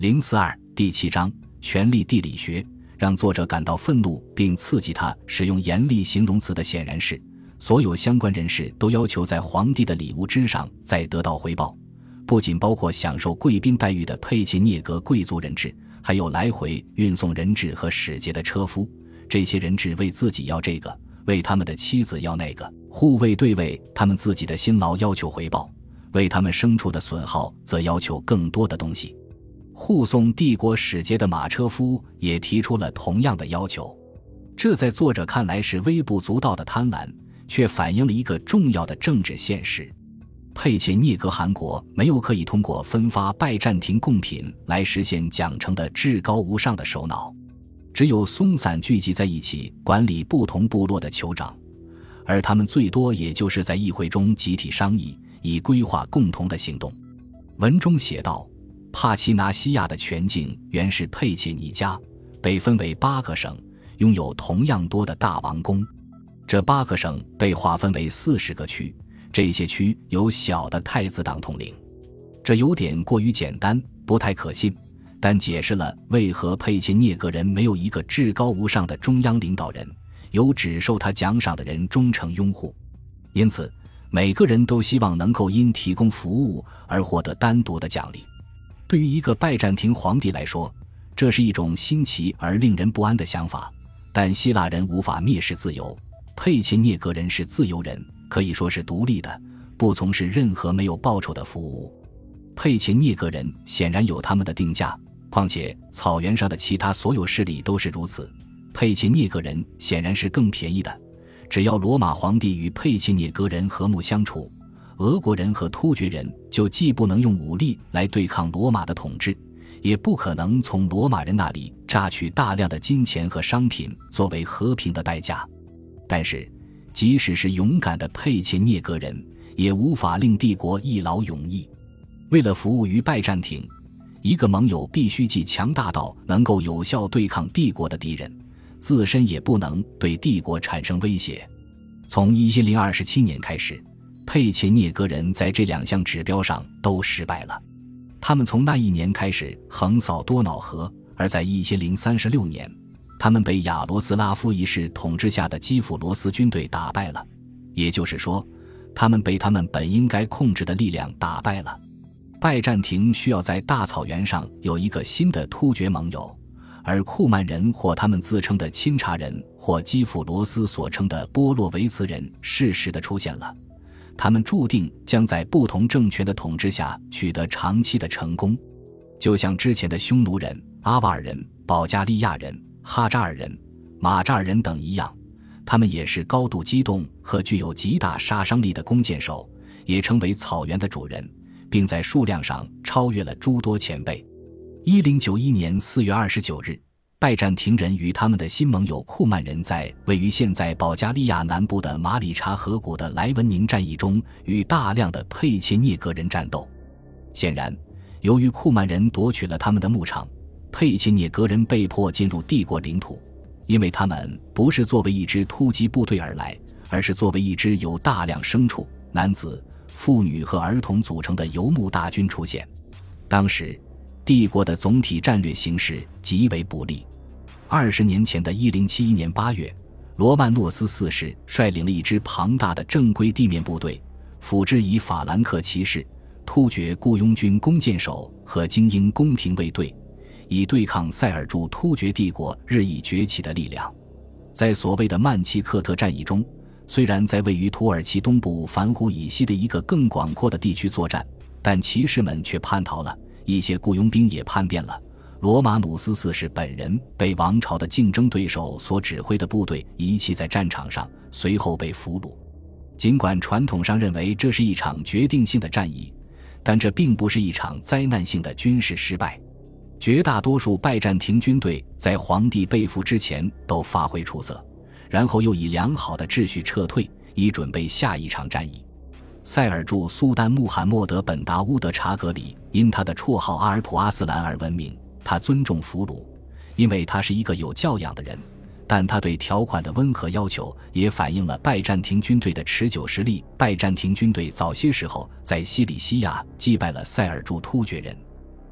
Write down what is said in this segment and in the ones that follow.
042第7章权力地理学。让作者感到愤怒并刺激他使用严厉形容词的显然是，所有相关人士都要求在皇帝的礼物之上再得到回报，不仅包括享受贵宾待遇的佩切涅格贵族人质，还有来回运送人质和使节的车夫。这些人质为自己要这个，为他们的妻子要那个，护卫队为他们自己的辛劳要求回报，为他们牲畜的损耗则要求更多的东西。护送帝国使节的马车夫也提出了同样的要求，这在作者看来是微不足道的贪婪，却反映了一个重要的政治现实。佩切涅格汗国没有可以通过分发拜占庭贡品来实现奖惩的至高无上的首脑，只有松散聚集在一起管理不同部落的酋长，而他们最多也就是在议会中集体商议，以规划共同的行动。文中写道，帕奇纳西亚的全境原是佩切尼加，被分为8个省，拥有同样多的大王宫。这8个省被划分为40个区，这些区由小的太子党统领。这有点过于简单，不太可信，但解释了为何佩切涅格人没有一个至高无上的中央领导人，有只受他奖赏的人忠诚拥护。因此每个人都希望能够因提供服务而获得单独的奖励。对于一个拜占庭皇帝来说，这是一种新奇而令人不安的想法，但希腊人无法蔑视自由。佩切涅格人是自由人，可以说是独立的，不从事任何没有报酬的服务。佩切涅格人显然有他们的定价，况且草原上的其他所有势力都是如此。佩切涅格人显然是更便宜的，只要罗马皇帝与佩切涅格人和睦相处，俄国人和突厥人就既不能用武力来对抗罗马的统治，也不可能从罗马人那里榨取大量的金钱和商品作为和平的代价。但是即使是勇敢的佩切涅格人，也无法令帝国一劳永逸。为了服务于拜占庭，一个盟友必须既强大到能够有效对抗帝国的敌人，自身也不能对帝国产生威胁。从1027年开始，佩切涅格人在这2项指标上都失败了。他们从那一年开始横扫多瑙河，而在1036年，他们被亚罗斯拉夫一世统治下的基辅罗斯军队打败了，也就是说，他们被他们本应该控制的力量打败了。拜占庭需要在大草原上有一个新的突厥盟友，而库曼人或他们自称的钦察人或基辅罗斯所称的波洛维茨人适时地出现了，他们注定将在不同政权的统治下取得长期的成功。就像之前的匈奴人、阿瓦尔人、保加利亚人、哈扎尔人、马扎尔人等一样，他们也是高度机动和具有极大杀伤力的弓箭手，也成为草原的主人，并在数量上超越了诸多前辈。1091年4月29日，拜占庭人与他们的新盟友库曼人在位于现在保加利亚南部的马里查河谷的莱文宁战役中与大量的佩切涅格人战斗。显然，由于库曼人夺取了他们的牧场，佩切涅格人被迫进入帝国领土，因为他们不是作为一支突击部队而来，而是作为一支由大量牲畜、男子、妇女和儿童组成的游牧大军出现。当时帝国的总体战略形势极为不利。20年前的1071年8月，罗曼诺斯4世率领了一支庞大的正规地面部队，辅之以法兰克骑士、突厥雇佣军弓箭手和精英宫廷卫队，以对抗塞尔柱突厥帝国日益崛起的力量。在所谓的曼奇克特战役中，虽然在位于土耳其东部凡湖以西的一个更广阔的地区作战，但骑士们却叛逃了，一些雇佣兵也叛变了。罗马努斯4世本人被王朝的竞争对手所指挥的部队遗弃在战场上，随后被俘虏。尽管传统上认为这是一场决定性的战役，但这并不是一场灾难性的军事失败。绝大多数拜占庭军队在皇帝被俘之前都发挥出色，然后又以良好的秩序撤退，以准备下一场战役。塞尔柱苏丹穆罕默德本达乌德查格里因他的绰号阿尔普阿斯兰而闻名，他尊重俘虏，因为他是一个有教养的人，但他对条款的温和要求也反映了拜占庭军队的持久实力。拜占庭军队早些时候在西里西亚击败了塞尔柱突厥人。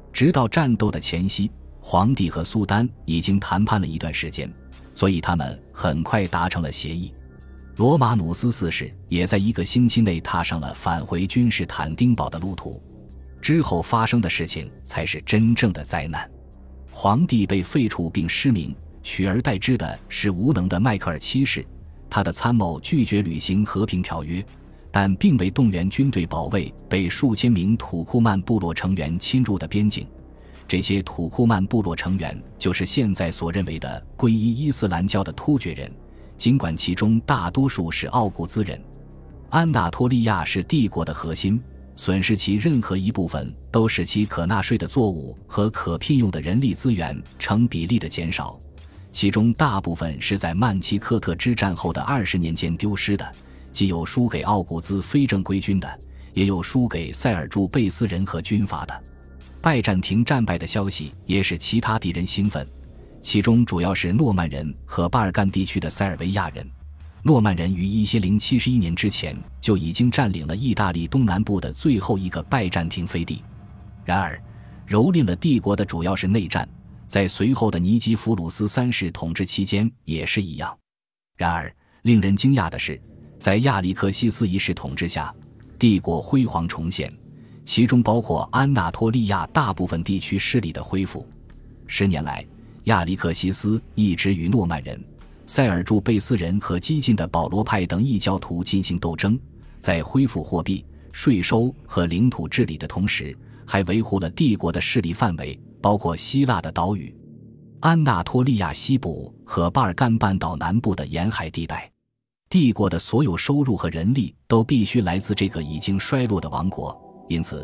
直到战斗的前夕，皇帝和苏丹已经谈判了一段时间，所以他们很快达成了协议。罗马努斯四世也在1个星期内踏上了返回君士坦丁堡的路途。之后发生的事情才是真正的灾难。皇帝被废黜并失明，取而代之的是无能的迈克尔七世。他的参谋拒绝履行和平条约，但并未动员军队保卫被数千名土库曼部落成员侵入的边境。这些土库曼部落成员就是现在所认为的皈依伊斯兰教的突厥人，尽管其中大多数是奥古兹人。安纳托利亚是帝国的核心，损失其任何一部分都使其可纳税的作物和可聘用的人力资源成比例的减少，其中大部分是在曼奇克特之战后的20年间丢失的，既有输给奥古兹非正规军的，也有输给塞尔柱贝斯人和军阀的。拜占庭战败的消息也使其他敌人兴奋，其中主要是诺曼人和巴尔干地区的塞尔维亚人。诺曼人于1071年之前就已经占领了意大利东南部的最后一个拜占庭飞地。然而，蹂躏了帝国的主要是内战，在随后的尼基弗鲁斯3世统治期间也是一样。然而，令人惊讶的是，在亚历克西斯一世统治下，帝国辉煌重现，其中包括安纳托利亚大部分地区势力的恢复。10年来，亚历克西斯一直与诺曼人、塞尔柱贝斯人和激进的保罗派等异教徒进行斗争，在恢复货币、税收和领土治理的同时，还维护了帝国的势力范围，包括希腊的岛屿、安纳托利亚西部和巴尔干半岛南部的沿海地带。帝国的所有收入和人力都必须来自这个已经衰落的王国，因此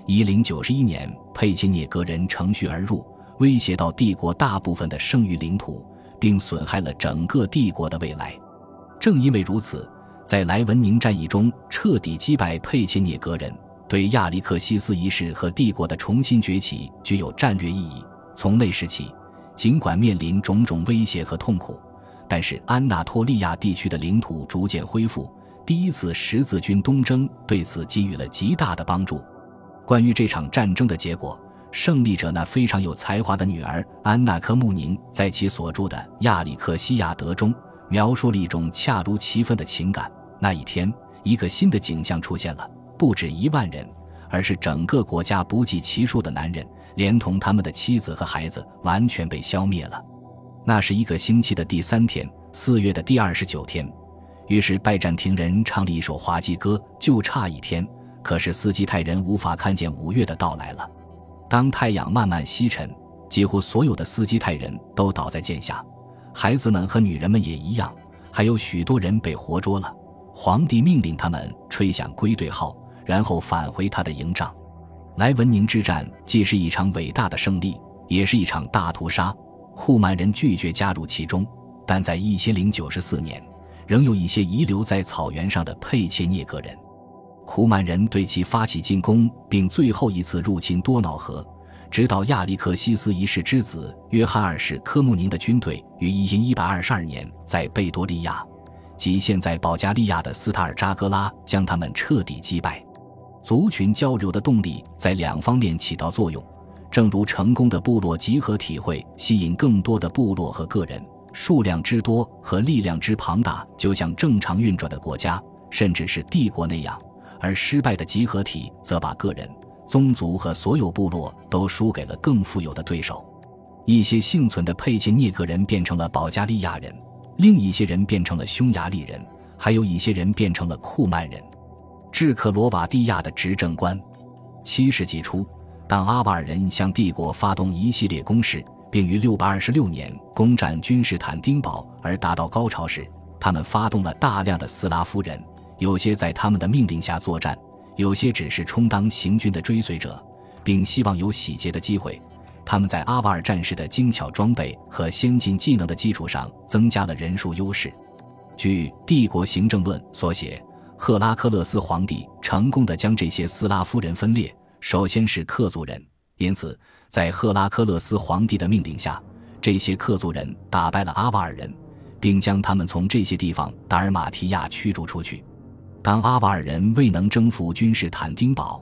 1091年佩切涅格人乘虚而入，威胁到帝国大部分的剩余领土，并损害了整个帝国的未来。正因为如此，在莱文宁战役中彻底击败佩切涅格人，对亚历克西斯一世和帝国的重新崛起具有战略意义。从那时起，尽管面临种种威胁和痛苦，但是安纳托利亚地区的领土逐渐恢复，第一次十字军东征对此给予了极大的帮助。关于这场战争的结果，胜利者那非常有才华的女儿安娜科穆宁在其所著的《亚历克西亚德》中描述了一种恰如其分的情感。那一天，一个新的景象出现了，不止1万人，而是整个国家不计其数的男人，连同他们的妻子和孩子，完全被消灭了。那是1个星期的第3天，4月的第29天。于是拜占庭人唱了一首滑稽歌，就差1天，可是斯基泰人无法看见5月的到来了。当太阳慢慢西沉，几乎所有的斯基泰人都倒在剑下，孩子们和女人们也一样，还有许多人被活捉了。皇帝命令他们吹响归队号，然后返回他的营帐。莱文宁之战既是一场伟大的胜利，也是一场大屠杀。库曼人拒绝加入其中，但在1094年，仍有一些遗留在草原上的佩切涅格人。库曼人对其发起进攻，并最后一次入侵多瑙河，直到亚历克西斯一世之子约翰二世科穆宁的军队于1122年在贝多利亚，即现在保加利亚的斯塔尔扎戈拉将他们彻底击败。族群交流的动力在2方面起到作用，正如成功的部落集合体会吸引更多的部落和个人，数量之多和力量之庞大就像正常运转的国家甚至是帝国那样，而失败的集合体则把个人、宗族和所有部落都输给了更富有的对手。一些幸存的佩切涅格人变成了保加利亚人，另一些人变成了匈牙利人，还有一些人变成了库曼人。治克罗瓦蒂亚的执政官。7世纪初，当阿瓦尔人向帝国发动一系列攻势，并于626年攻占君士坦丁堡而达到高潮时，他们发动了大量的斯拉夫人，有些在他们的命令下作战，有些只是充当行军的追随者，并希望有洗劫的机会。他们在阿瓦尔战士的精巧装备和先进技能的基础上增加了人数优势。据《帝国行政论》所写，赫拉克勒斯皇帝成功地将这些斯拉夫人分裂，首先是克族人，因此在赫拉克勒斯皇帝的命令下，这些克族人打败了阿瓦尔人，并将他们从这些地方达尔马提亚驱逐出去。当阿瓦尔人未能征服君士坦丁堡，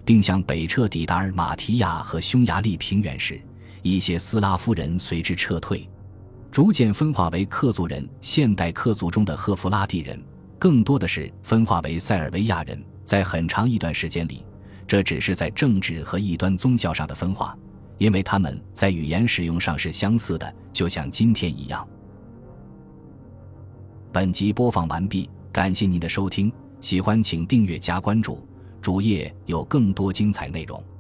并向北撤抵达尔马提亚和匈牙利平原时，一些斯拉夫人随之撤退，逐渐分化为克族人。现代克族中的赫夫拉蒂人更多的是分化为塞尔维亚人。在很长一段时间里，这只是在政治和异端宗教上的分化，因为他们在语言使用上是相似的，就像今天一样。本集播放完毕，感谢您的收听，喜欢请订阅加关注，主页有更多精彩内容。